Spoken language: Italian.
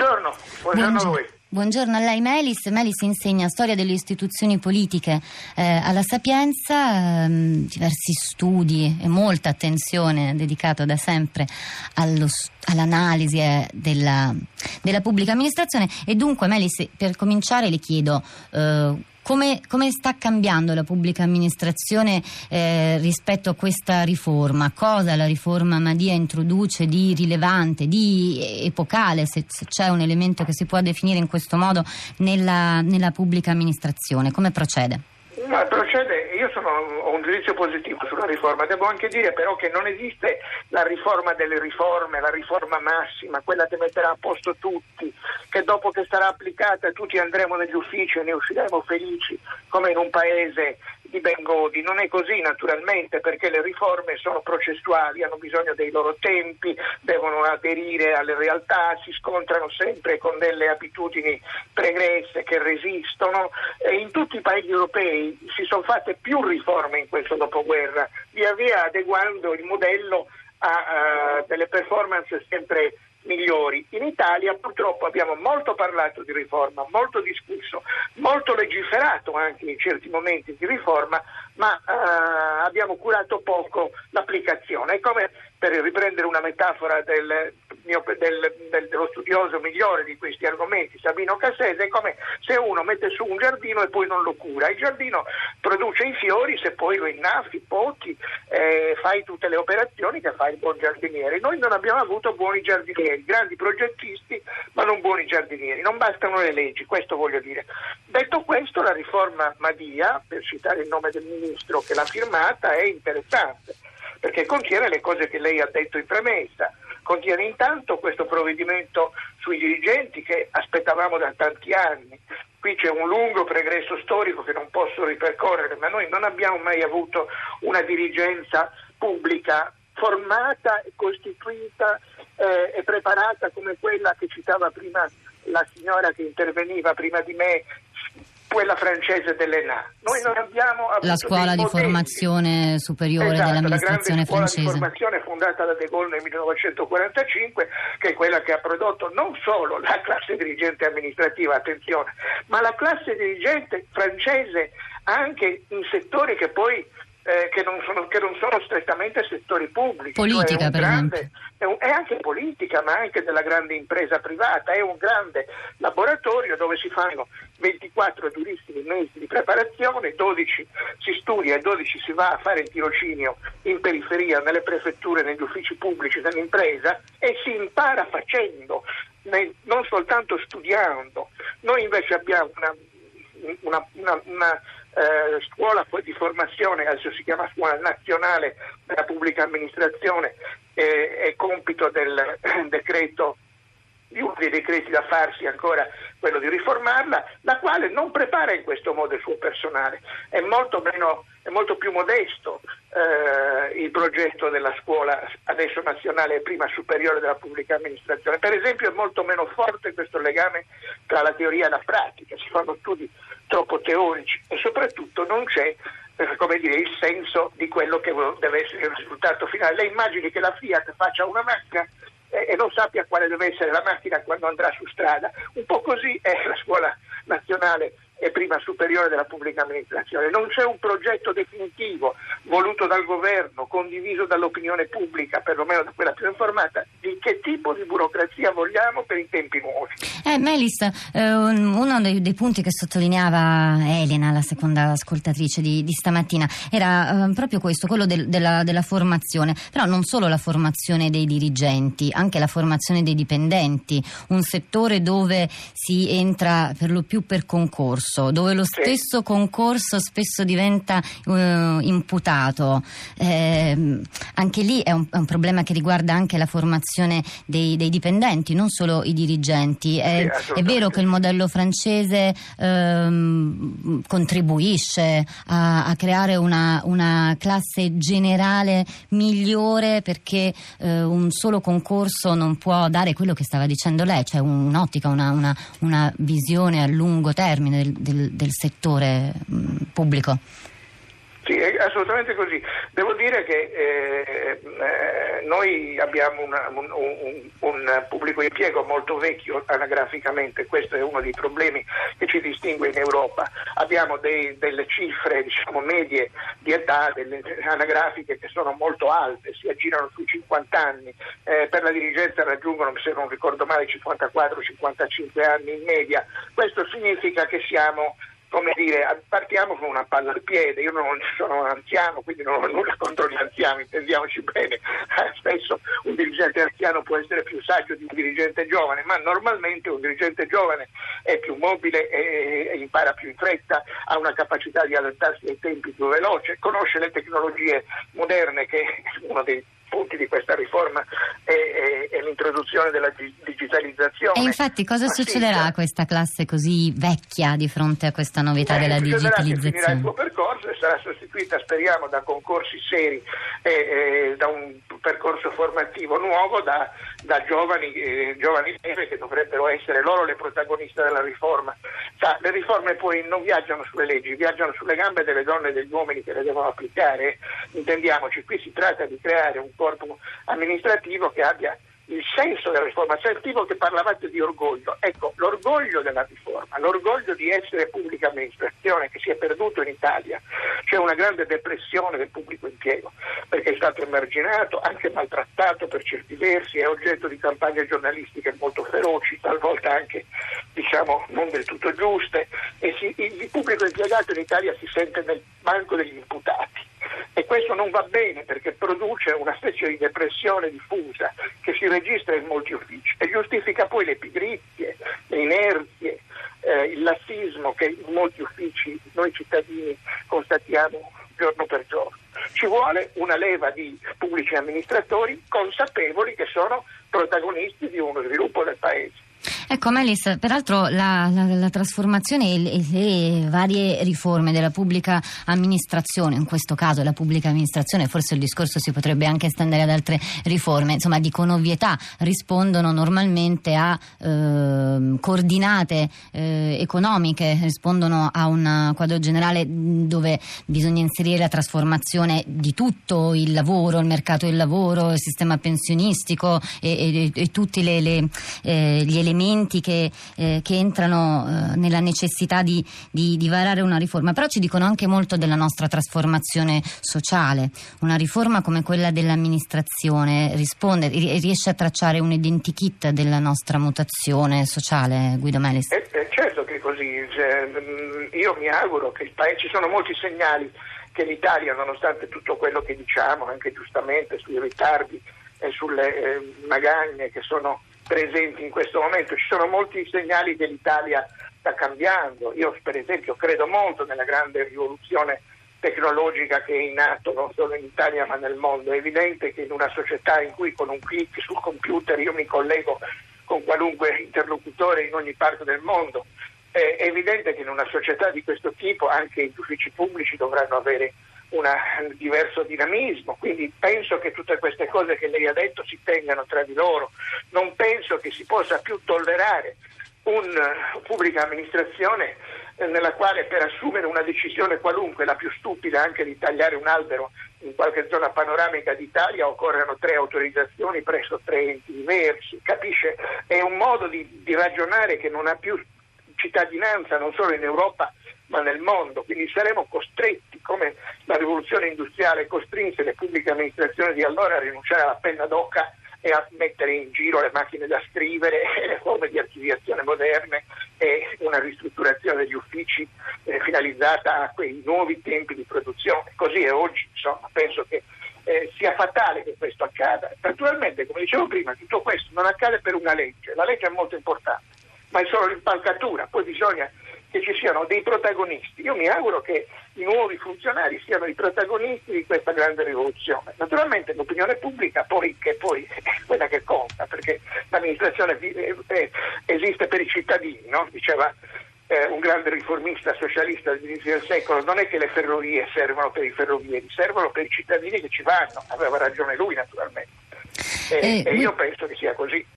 buongiorno a voi. Buongiorno a lei Melis. Melis insegna storia delle istituzioni politiche alla Sapienza, diversi studi e molta attenzione dedicato da sempre all'analisi della pubblica amministrazione. E dunque Melis, per cominciare le chiedo come sta cambiando la pubblica amministrazione rispetto a questa riforma? Cosa la riforma Madia introduce di rilevante, di epocale, se c'è un elemento che si può definire in questo modo, nella pubblica amministrazione? Come procede? Procede, io ho un giudizio positivo sulla riforma. Devo anche dire però che non esiste la riforma delle riforme, la riforma massima, quella che metterà a posto tutti, che dopo che sarà applicata tutti andremo negli uffici e ne usciremo felici come in un paese di Bengodi. Non è così naturalmente, perché le riforme sono processuali, hanno bisogno dei loro tempi, devono aderire alle realtà, si scontrano sempre con delle abitudini pregresse che resistono, e in tutti i paesi europei si sono fatte più riforme in questo dopoguerra, via via adeguando il modello a delle performance sempre migliori. In Italia purtroppo abbiamo molto parlato di riforma, molto discusso, molto legiferato anche in certi momenti di riforma, ma abbiamo curato poco l'applicazione. È come, per riprendere una metafora dello studioso migliore di questi argomenti, Sabino Cassese, è come se uno mette su un giardino e poi non lo cura. Il giardino produce i fiori se poi lo innaffi, poti, fai tutte le operazioni che fa il buon giardiniere. Noi non abbiamo avuto buoni giardinieri, grandi progettisti, ma non buoni giardinieri. Non bastano le leggi, questo voglio dire. Detto questo, la riforma Madia, per citare il nome del ministro che l'ha firmata, è interessante, perché contiene le cose che lei ha detto in premessa. Contiene intanto questo provvedimento sui dirigenti che aspettavamo da tanti anni. Qui c'è un lungo pregresso storico che non posso ripercorrere, ma noi non abbiamo mai avuto una dirigenza pubblica formata, costituita e preparata come quella che citava prima la signora che interveniva prima di me, quella francese dell'ENA. Noi non abbiamo avuto la scuola di formazione superiore dell'amministrazione francese. La grande scuola di formazione fondata da De Gaulle nel 1945, che è quella che ha prodotto non solo la classe dirigente amministrativa, attenzione, ma la classe dirigente francese anche in settori che poi che non sono strettamente settori pubblici. Politica, per esempio. È anche politica, ma anche della grande impresa privata. È un grande laboratorio dove si fanno 24 durissimi mesi di preparazione, 12 si studia e 12 si va a fare il tirocinio in periferia, nelle prefetture, negli uffici pubblici dell'impresa, e si impara facendo, non soltanto studiando. Noi invece abbiamo una scuola di formazione, adesso si chiama Scuola Nazionale della Pubblica Amministrazione, è compito del decreto, di uno dei decreti da farsi ancora, quello di riformarla, la quale non prepara in questo modo il suo personale. È molto più modesto il progetto della scuola adesso nazionale e prima superiore della pubblica amministrazione. Per esempio è molto meno forte questo legame tra la teoria e la pratica, si fanno studi troppo teorici e soprattutto non c'è il senso di quello che deve essere il risultato finale. Lei immagini che la Fiat faccia una macchina e non sappia quale deve essere la macchina quando andrà su strada. Un po' così è la scuola nazionale e prima superiore della pubblica amministrazione. Non c'è un progetto definitivo voluto dal governo, condiviso dall'opinione pubblica, perlomeno da quella più informata, di che tipo di burocrazia vogliamo per i tempi nuovi. Melis, uno dei punti che sottolineava Elena, la seconda ascoltatrice di stamattina, era proprio questo, quello della formazione, però non solo la formazione dei dirigenti, anche la formazione dei dipendenti, un settore dove si entra per lo più per concorso, dove lo stesso concorso spesso diventa imputato. Anche lì è un problema che riguarda anche la formazione dei dipendenti, non solo i dirigenti. È vero che il modello francese contribuisce a creare una classe generale migliore, perché un solo concorso non può dare quello che stava dicendo lei, cioè un'ottica, una visione a lungo termine del settore pubblico. Sì, è assolutamente così. Devo dire che noi abbiamo un pubblico impiego molto vecchio anagraficamente, questo è uno dei problemi che ci distingue in Europa. Abbiamo delle cifre, diciamo, medie di età delle anagrafiche che sono molto alte, si aggirano sui 50 anni, per la dirigenza raggiungono, se non ricordo male, 54-55 anni in media. Questo significa che siamo, come dire, partiamo con una palla al piede. Io non sono anziano, quindi non ho nulla contro gli anziani, intendiamoci bene. Spesso un dirigente anziano può essere più saggio di un dirigente giovane, ma normalmente un dirigente giovane è più mobile e impara più in fretta, ha una capacità di adattarsi ai tempi più veloce, conosce le tecnologie moderne, che è uno dei punti di questa riforma è l'introduzione della digitalizzazione. E infatti cosa succederà a questa classe così vecchia di fronte a questa novità della digitalizzazione? Finirà il suo percorso e sarà sostituita, speriamo, da concorsi seri e da un percorso formativo nuovo da giovani leve che dovrebbero essere loro le protagoniste della riforma. Le riforme poi non viaggiano sulle leggi, viaggiano sulle gambe delle donne e degli uomini che le devono applicare. Intendiamoci, qui si tratta di creare un corpo amministrativo che abbia il senso della riforma. Sentivo che parlavate di orgoglio. Ecco, l'orgoglio della riforma, l'orgoglio di essere pubblica amministrazione, che si è perduto in Italia. C'è una grande depressione del pubblico impiego, perché è stato emarginato, anche maltrattato per certi versi, è oggetto di campagne giornalistiche molto feroci, talvolta anche, diciamo, non del tutto giuste, e il pubblico impiegato in Italia si sente nel banco degli imputati. E questo non va bene, perché produce una specie di depressione diffusa che si registra in molti uffici e giustifica poi le pigrizie, le inerzie, il lassismo che in molti uffici noi cittadini constatiamo giorno per giorno. Ci vuole una leva di pubblici amministratori consapevoli che sono protagonisti di uno sviluppo del Paese. Ecco Melis, peraltro la trasformazione e le varie riforme della pubblica amministrazione, in questo caso la pubblica amministrazione, forse il discorso si potrebbe anche estendere ad altre riforme, insomma dicono ovvietà, rispondono normalmente a coordinate economiche, rispondono a un quadro generale dove bisogna inserire la trasformazione di tutto il lavoro, il mercato del lavoro, il sistema pensionistico e tutti gli elementi che entrano nella necessità di varare una riforma. Però ci dicono anche molto della nostra trasformazione sociale. Una riforma come quella dell'amministrazione riesce a tracciare un identikit della nostra mutazione sociale, Guido Melis? Certo che è così. Io mi auguro che il Paese, ci sono molti segnali che l'Italia, nonostante tutto quello che diciamo, anche giustamente sui ritardi e sulle magagne che sono presenti in questo momento, ci sono molti segnali che l'Italia sta cambiando. Io per esempio credo molto nella grande rivoluzione tecnologica che è in atto non solo in Italia ma nel mondo. È evidente che in una società in cui con un click sul computer io mi collego con qualunque interlocutore in ogni parte del mondo, è evidente che in una società di questo tipo anche gli uffici pubblici dovranno avere un diverso dinamismo, quindi penso che tutte queste cose che lei ha detto si tengano tra di loro. Non penso che si possa più tollerare una pubblica amministrazione nella quale per assumere una decisione qualunque, la più stupida anche di tagliare un albero in qualche zona panoramica d'Italia, occorrano 3 autorizzazioni presso 3 enti diversi. Capisce? È un modo di ragionare che non ha più cittadinanza non solo in Europa ma nel mondo, quindi saremo costretti, come la rivoluzione industriale costrinse le pubbliche amministrazioni di allora a rinunciare alla penna d'oca e a mettere in giro le macchine da scrivere e le forme di archiviazione moderne e una ristrutturazione degli uffici finalizzata a quei nuovi tempi di produzione. Così è oggi, insomma, penso che sia fatale che questo accada. Naturalmente, come dicevo prima, tutto questo non accade per una legge, la legge è molto importante, ma è solo l'impalcatura, poi bisogna che ci siano dei protagonisti. Io mi auguro che i nuovi funzionari siano i protagonisti di questa grande rivoluzione. Naturalmente l'opinione pubblica che poi è quella che conta, perché l'amministrazione esiste per i cittadini, no? Diceva un grande riformista socialista dell'inizio del secolo, non è che le ferrovie servono per i ferrovieri, servono per i cittadini che ci vanno. Aveva ragione lui naturalmente. E io penso che sia così.